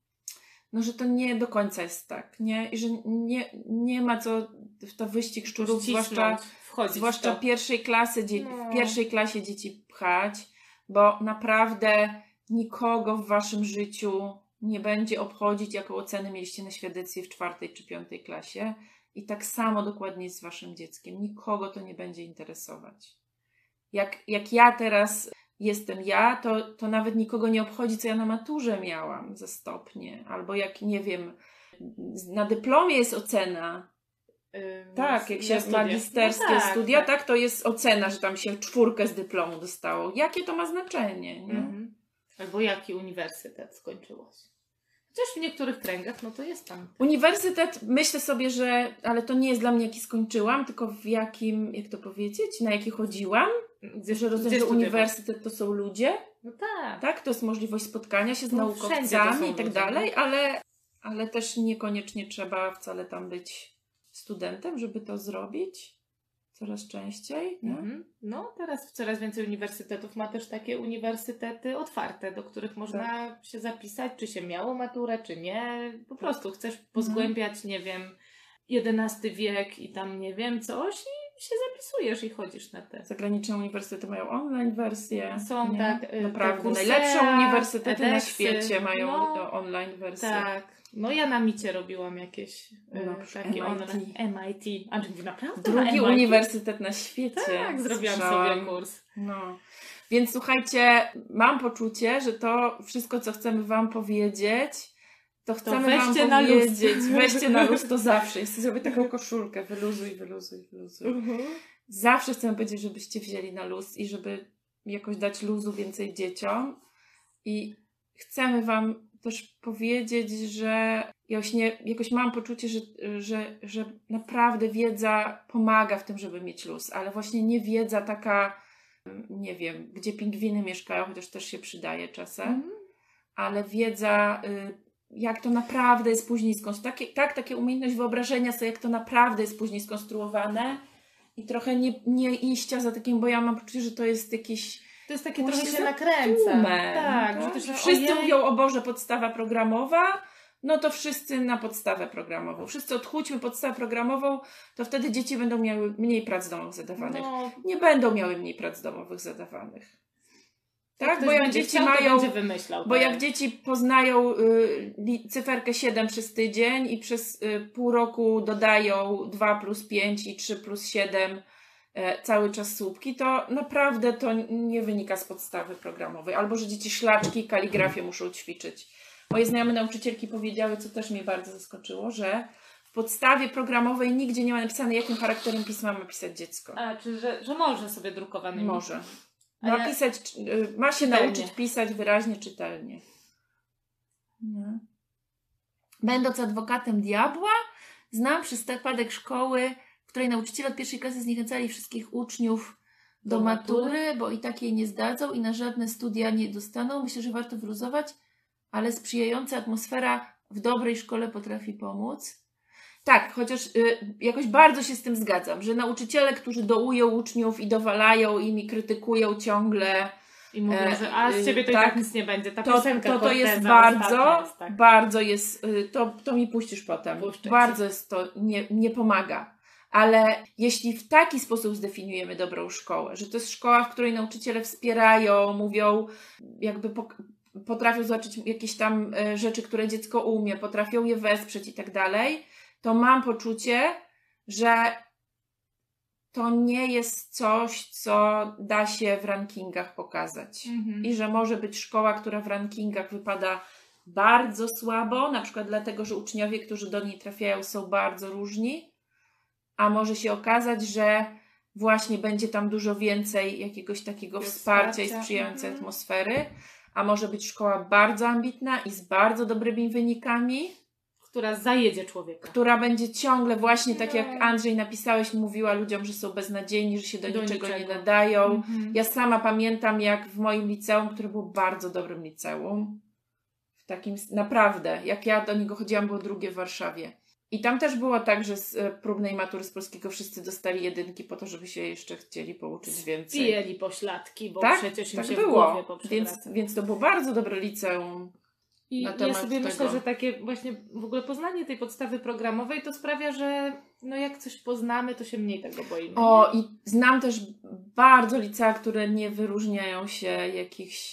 to nie do końca jest tak, nie? I że nie ma co w to wyścig szczurów, zwłaszcza pierwszej klasy, w pierwszej klasie dzieci pchać, bo naprawdę nikogo w waszym życiu nie będzie obchodzić, jaką ocenę mieliście na świadectwie w 4. czy 5. klasie. I tak samo dokładnie jest z waszym dzieckiem. Nikogo to nie będzie interesować. Jak ja teraz jestem to nawet nikogo nie obchodzi, co ja na maturze miałam za stopnie. Albo jak, nie wiem, na dyplomie jest ocena. Tak, jak się jest magisterskie studia, tak, to jest ocena, że tam się 4 z dyplomu dostało. Jakie to ma znaczenie, nie? Albo jaki uniwersytet skończyłaś. Chociaż w niektórych kręgach, to jest tam. Uniwersytet, myślę sobie, ale to nie jest dla mnie, jaki skończyłam, tylko w jakim, jak to powiedzieć, na jaki chodziłam. Że rozumiem, że uniwersytet to są ludzie. No tak. Tak, to jest możliwość spotkania się z naukowcami i tak dalej, ale też niekoniecznie trzeba wcale tam być studentem, żeby to zrobić. Coraz częściej. No, teraz coraz więcej uniwersytetów ma też takie uniwersytety otwarte, do których można się zapisać, czy się miało maturę, czy nie. Po prostu chcesz pozgłębiać, nie wiem, XI wiek i tam nie wiem coś i się zapisujesz i chodzisz na te. Zagraniczne uniwersytety mają online wersje. Są naprawdę najlepsze uniwersytety na świecie mają online wersje. Tak. No ja na MIT-cie robiłam jakieś takie online. MIT. A czy naprawdę? Drugi uniwersytet na świecie. Tak, zrobiłam sobie kurs. No. Więc słuchajcie, mam poczucie, że to wszystko, co chcemy Wam powiedzieć, to chcemy Wam powiedzieć. Weźcie na luz to zawsze. Jest zrobię taką koszulkę. Wyluzuj. Zawsze chcemy powiedzieć, żebyście wzięli na luz i żeby jakoś dać luzu więcej dzieciom. I chcemy Wam też powiedzieć, że jakoś mam poczucie, że naprawdę wiedza pomaga w tym, żeby mieć luz, ale właśnie nie wiedza taka, nie wiem, gdzie pingwiny mieszkają, chociaż też się przydaje czasem, ale wiedza, jak to naprawdę jest później skonstruowane, takie umiejętność wyobrażenia sobie, jak to naprawdę jest później skonstruowane i trochę nie iścia za takim, bo ja mam poczucie, że to jest jakieś... To jest takie trochę się nakręca. Tak, że to się wszyscy mówią, o Boże, podstawa programowa, no to wszyscy na podstawę programową. Wszyscy odchódźmy podstawę programową, to wtedy dzieci będą miały mniej prac domowych zadawanych. Nie będą miały mniej prac domowych zadawanych. Tak, bo jak dzieci jak dzieci poznają cyferkę 7 przez tydzień i przez pół roku dodają 2 plus 5 i 3 plus 7 cały czas słupki, to naprawdę to nie wynika z podstawy programowej. Albo, że dzieci szlaczki i kaligrafię muszą ćwiczyć. Moje znajome nauczycielki powiedziały, co też mnie bardzo zaskoczyło, że w podstawie programowej nigdzie nie ma napisane, jakim charakterem pisma ma pisać dziecko. Czy że może sobie drukowanymi? Może. Ma się nauczyć pisać wyraźnie, czytelnie. No. Będąc adwokatem diabła, znam przypadek szkoły, w której nauczyciele od 1. klasy zniechęcali wszystkich uczniów do matury, bo i tak jej nie zdadzą i na żadne studia nie dostaną. Myślę, że warto wyluzować, ale sprzyjająca atmosfera w dobrej szkole potrafi pomóc. Tak, chociaż jakoś bardzo się z tym zgadzam, że nauczyciele, którzy dołują uczniów i dowalają im i krytykują ciągle i mówią, że z ciebie to tak, i tak nic nie będzie. Ta piosenka to jest bardzo jest, to mi puścisz potem. Bardzo jest to, nie pomaga. Ale jeśli w taki sposób zdefiniujemy dobrą szkołę, że to jest szkoła, w której nauczyciele wspierają, mówią, jakby potrafią zobaczyć jakieś tam rzeczy, które dziecko umie, potrafią je wesprzeć i tak dalej, to mam poczucie, że to nie jest coś, co da się w rankingach pokazać. I że może być szkoła, która w rankingach wypada bardzo słabo, na przykład dlatego, że uczniowie, którzy do niej trafiają, są bardzo różni, a może się okazać, że właśnie będzie tam dużo więcej jakiegoś takiego wsparcia i sprzyjającej atmosfery, a może być szkoła bardzo ambitna i z bardzo dobrymi wynikami, która zajedzie człowieka. Która będzie ciągle właśnie, tak jak Andrzej napisałeś, mówiła ludziom, że są beznadziejni, że się do niczego nie nadają. Ja sama pamiętam, jak w moim liceum, które było bardzo dobrym liceum, w takim, naprawdę, jak ja do niego chodziłam, było drugie w Warszawie. I tam też było tak, że z próbnej matury z polskiego wszyscy dostali 1 po to, żeby się jeszcze chcieli pouczyć więcej. Spijeli pośladki, bo przecież im się było. w głowie poprzewraca. Więc to było bardzo dobre liceum. I ja sobie myślę, że takie właśnie w ogóle poznanie tej podstawy programowej to sprawia, że jak coś poznamy, to się mniej tego boimy. I znam też bardzo licea, które nie wyróżniają się jakichś,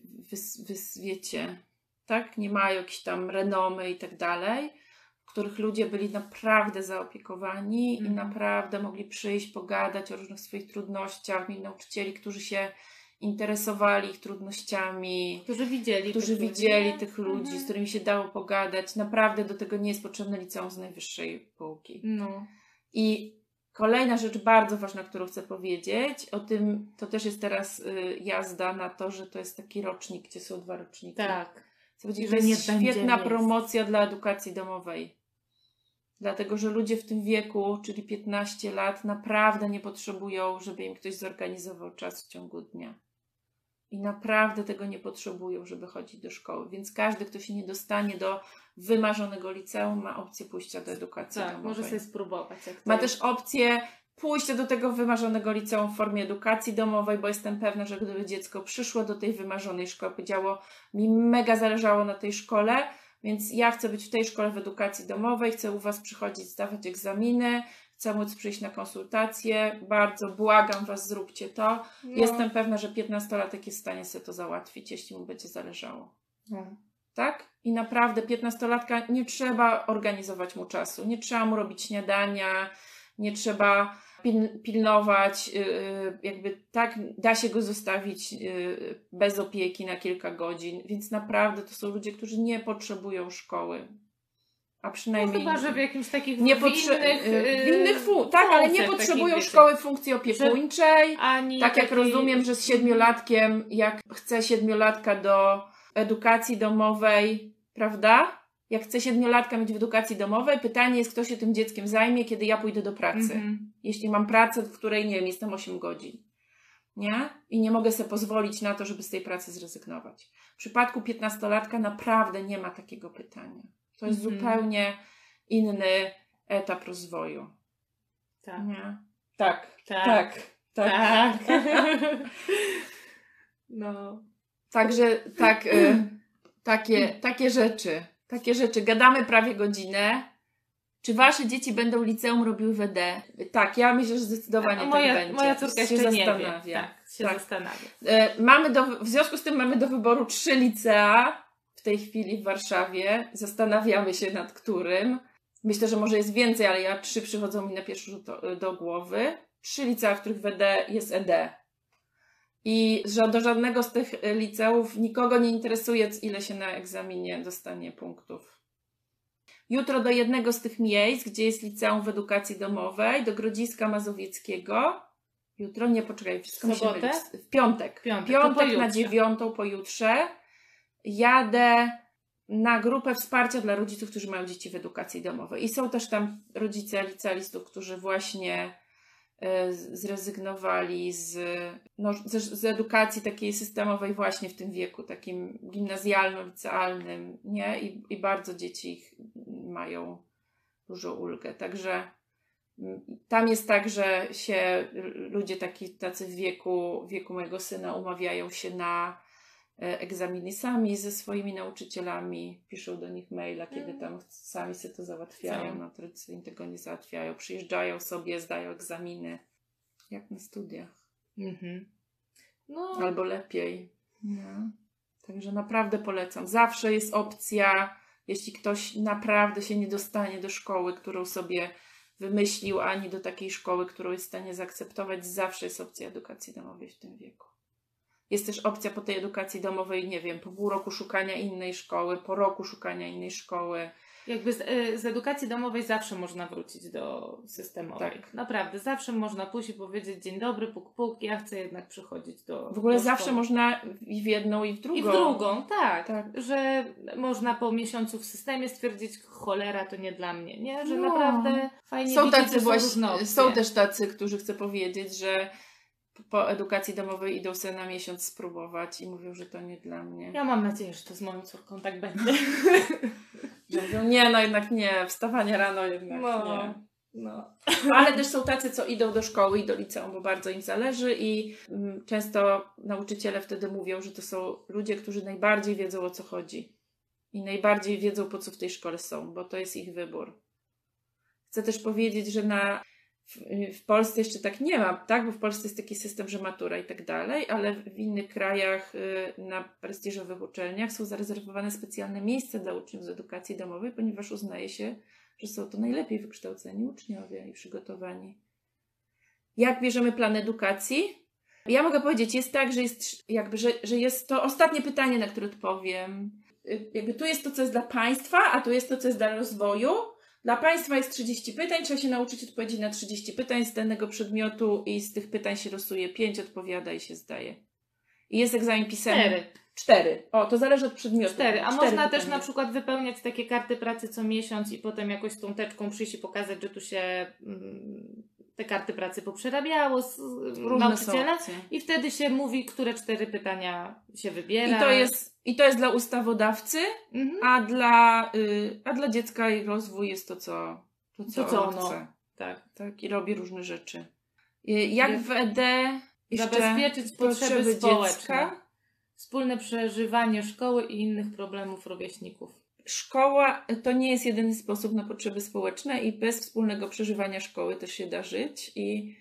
wiecie, tak? Nie mają jakiejś tam renomy i tak dalej, w których ludzie byli naprawdę zaopiekowani i naprawdę mogli przyjść, pogadać o różnych swoich trudnościach, mieli nauczycieli, którzy się interesowali ich trudnościami, którzy widzieli tych ludzi, z którymi się dało pogadać. Naprawdę do tego nie jest potrzebne liceum z najwyższej półki. I kolejna rzecz bardzo ważna, którą chcę powiedzieć, o tym, to też jest teraz jazda na to, że to jest taki rocznik, gdzie są 2 roczniki. Tak. To jest świetna promocja dla edukacji domowej. Dlatego, że ludzie w tym wieku, czyli 15 lat, naprawdę nie potrzebują, żeby im ktoś zorganizował czas w ciągu dnia. I naprawdę tego nie potrzebują, żeby chodzić do szkoły. Więc każdy, kto się nie dostanie do wymarzonego liceum, ma opcję pójścia do edukacji domowej. Tak, może sobie spróbować. Ma też opcję pójścia do tego wymarzonego liceum w formie edukacji domowej, bo jestem pewna, że gdyby dziecko przyszło do tej wymarzonej szkoły, powiedziało, mi mega zależało na tej szkole, więc ja chcę być w tej szkole w edukacji domowej, chcę u Was przychodzić, zdawać egzaminy, chcę móc przyjść na konsultacje, bardzo błagam Was, zróbcie to. Jestem pewna, że 15-latek jest w stanie sobie to załatwić, jeśli mu będzie zależało. Tak? I naprawdę 15-latka nie trzeba organizować mu czasu, nie trzeba mu robić śniadania, nie trzeba pilnować, jakby tak da się go zostawić bez opieki na kilka godzin, więc naprawdę to są ludzie, którzy nie potrzebują szkoły. A przynajmniej chyba, że w jakimś takich tak, ale nie potrzebują szkoły funkcji opiekuńczej. Tak jak rozumiem, że z 7-latkiem, jak chce 7-latka do edukacji domowej, prawda? Jak chce 7-latka mieć w edukacji domowej, pytanie jest, kto się tym dzieckiem zajmie, kiedy ja pójdę do pracy. Jeśli mam pracę, w której, nie wiem, jestem 8 godzin. Nie? I nie mogę sobie pozwolić na to, żeby z tej pracy zrezygnować. W przypadku 15-latka naprawdę nie ma takiego pytania. To jest zupełnie inny etap rozwoju. Tak. Nie? Tak. Także takie rzeczy. Gadamy prawie godzinę. Czy Wasze dzieci będą liceum robiły WD? Tak, ja myślę, że zdecydowanie tak będzie. Moja córka jeszcze zastanawia. Nie wie. Zastanawia. W związku z tym mamy do wyboru 3 licea w tej chwili w Warszawie. Zastanawiamy się nad którym. Myślę, że może jest więcej, ale 3 przychodzą mi na pierwszy rzut do głowy. 3 licea, w których WD jest ED. I do żadnego z tych liceów nikogo nie interesuje, ile się na egzaminie dostanie punktów. Jutro do jednego z tych miejsc, gdzie jest liceum w edukacji domowej, do Grodziska Mazowieckiego. Jutro, nie, poczekaj, wszystko mi się myli. W piątek na 9 pojutrze jadę na grupę wsparcia dla rodziców, którzy mają dzieci w edukacji domowej. I są też tam rodzice licealistów, którzy właśnie zrezygnowali z edukacji takiej systemowej właśnie w tym wieku, takim gimnazjalno-licealnym, nie? I bardzo dzieci ich mają dużą ulgę. Także tam jest tak, że się ludzie tacy w wieku mojego syna umawiają się na egzaminy sami ze swoimi nauczycielami, piszą do nich maila, kiedy tam sami sobie to załatwiają, no tradycyjnie tego nie załatwiają, przyjeżdżają sobie, zdają egzaminy, jak na studiach. No. Albo lepiej. No. Także naprawdę polecam. Zawsze jest opcja, jeśli ktoś naprawdę się nie dostanie do szkoły, którą sobie wymyślił, ani do takiej szkoły, którą jest w stanie zaakceptować, zawsze jest opcja edukacji domowej w tym wieku. Jest też opcja po tej edukacji domowej, nie wiem, po pół roku szukania innej szkoły, po roku szukania innej szkoły. Jakby z edukacji domowej zawsze można wrócić do systemowej. Tak. Naprawdę, zawsze można pójść i powiedzieć: dzień dobry, puk, puk, ja chcę jednak przychodzić do W ogóle do zawsze szkoły. można i w jedną, i w drugą. I w drugą, tak. Że można po miesiącu w systemie stwierdzić: cholera, to nie dla mnie, nie? Że naprawdę fajnie są też tacy, którzy chcę powiedzieć, że po edukacji domowej idą sobie na miesiąc spróbować i mówią, że to nie dla mnie. Ja mam nadzieję, że to z moją córką tak będzie. Że mówią, nie, no jednak nie, wstawanie rano jednak nie. No. Ale też są tacy, co idą do szkoły i do liceum, bo bardzo im zależy i często nauczyciele wtedy mówią, że to są ludzie, którzy najbardziej wiedzą, o co chodzi i najbardziej wiedzą, po co w tej szkole są, bo to jest ich wybór. Chcę też powiedzieć, że w Polsce jeszcze tak nie ma, tak? Bo w Polsce jest taki system, że matura i tak dalej, ale w innych krajach na prestiżowych uczelniach są zarezerwowane specjalne miejsca dla uczniów z edukacji domowej, ponieważ uznaje się, że są to najlepiej wykształceni uczniowie i przygotowani. Jak bierzemy plan edukacji? Ja mogę powiedzieć, jest tak, że jest to ostatnie pytanie, na które odpowiem. Jakby tu jest to, co jest dla państwa, a tu jest to, co jest dla rozwoju. Dla państwa jest 30 pytań, trzeba się nauczyć odpowiedzieć na 30 pytań z danego przedmiotu i z tych pytań się losuje 5, odpowiada i się zdaje. I jest egzamin pisemny. 4. O, to zależy od przedmiotu. 4. A można też na przykład wypełniać takie karty pracy co miesiąc i potem jakoś z tą teczką przyjść i pokazać, że tu się te karty pracy poprzerabiało z nauczyciela i wtedy się mówi, które 4 pytania się wybiera. I to jest dla ustawodawcy, a dla dziecka i rozwój jest to, co on chce. Tak. I robi różne rzeczy. Jak w ED zabezpieczyć potrzeby społeczne. Dziecka. Wspólne przeżywanie szkoły i innych problemów rówieśników. Szkoła to nie jest jedyny sposób na potrzeby społeczne i bez wspólnego przeżywania szkoły też się da żyć i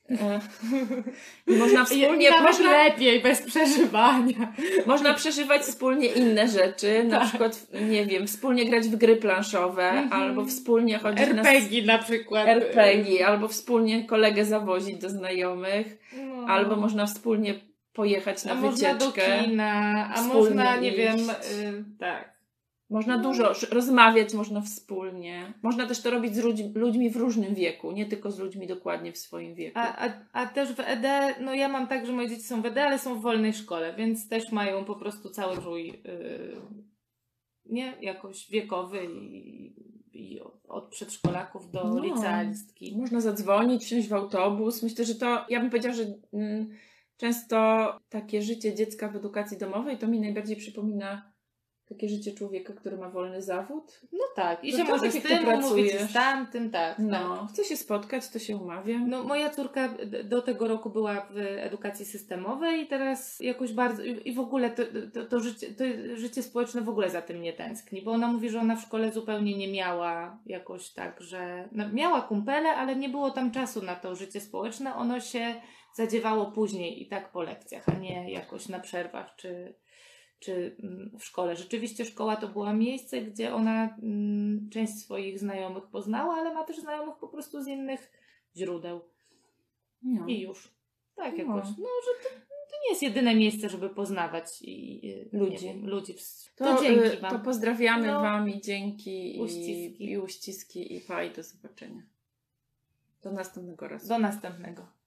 można wspólnie... lepiej bez przeżywania. Można przeżywać wspólnie inne rzeczy, na przykład, nie wiem, wspólnie grać w gry planszowe, albo wspólnie chodzić na przykład. albo wspólnie kolegę zawozić do znajomych, albo można wspólnie pojechać na wycieczkę. Można do kina, a można, nie wiem, tak. Można dużo rozmawiać, można wspólnie. Można też to robić z ludźmi w różnym wieku, nie tylko z ludźmi dokładnie w swoim wieku. A też w ED, no ja mam tak, że moje dzieci są w ED, ale są w wolnej szkole, więc też mają po prostu cały rój nie jakoś wiekowy i od przedszkolaków do licealistki. Można zadzwonić, wsiąść w autobus. Myślę, że to, ja bym powiedziała, że często takie życie dziecka w edukacji domowej to mi najbardziej przypomina takie życie człowieka, który ma wolny zawód. No tak. I się może z tym umówić, z tamtym, tak. Chce się spotkać, to się umawia. No moja córka do tego roku była w edukacji systemowej i teraz jakoś bardzo... I w ogóle to życie społeczne w ogóle za tym nie tęskni, bo ona mówi, że ona w szkole zupełnie nie miała jakoś tak, że... miała kumpele, ale nie było tam czasu na to życie społeczne. Ono się zadziewało później i tak po lekcjach, a nie jakoś na przerwach czy w szkole. Rzeczywiście szkoła to było miejsce, gdzie ona część swoich znajomych poznała, ale ma też znajomych po prostu z innych źródeł. I już. Tak jakoś. Że to nie jest jedyne miejsce, żeby poznawać ludzi. To dzięki Wam. To pozdrawiamy Wam i dzięki uściski i do zobaczenia. Do następnego razu. Do następnego.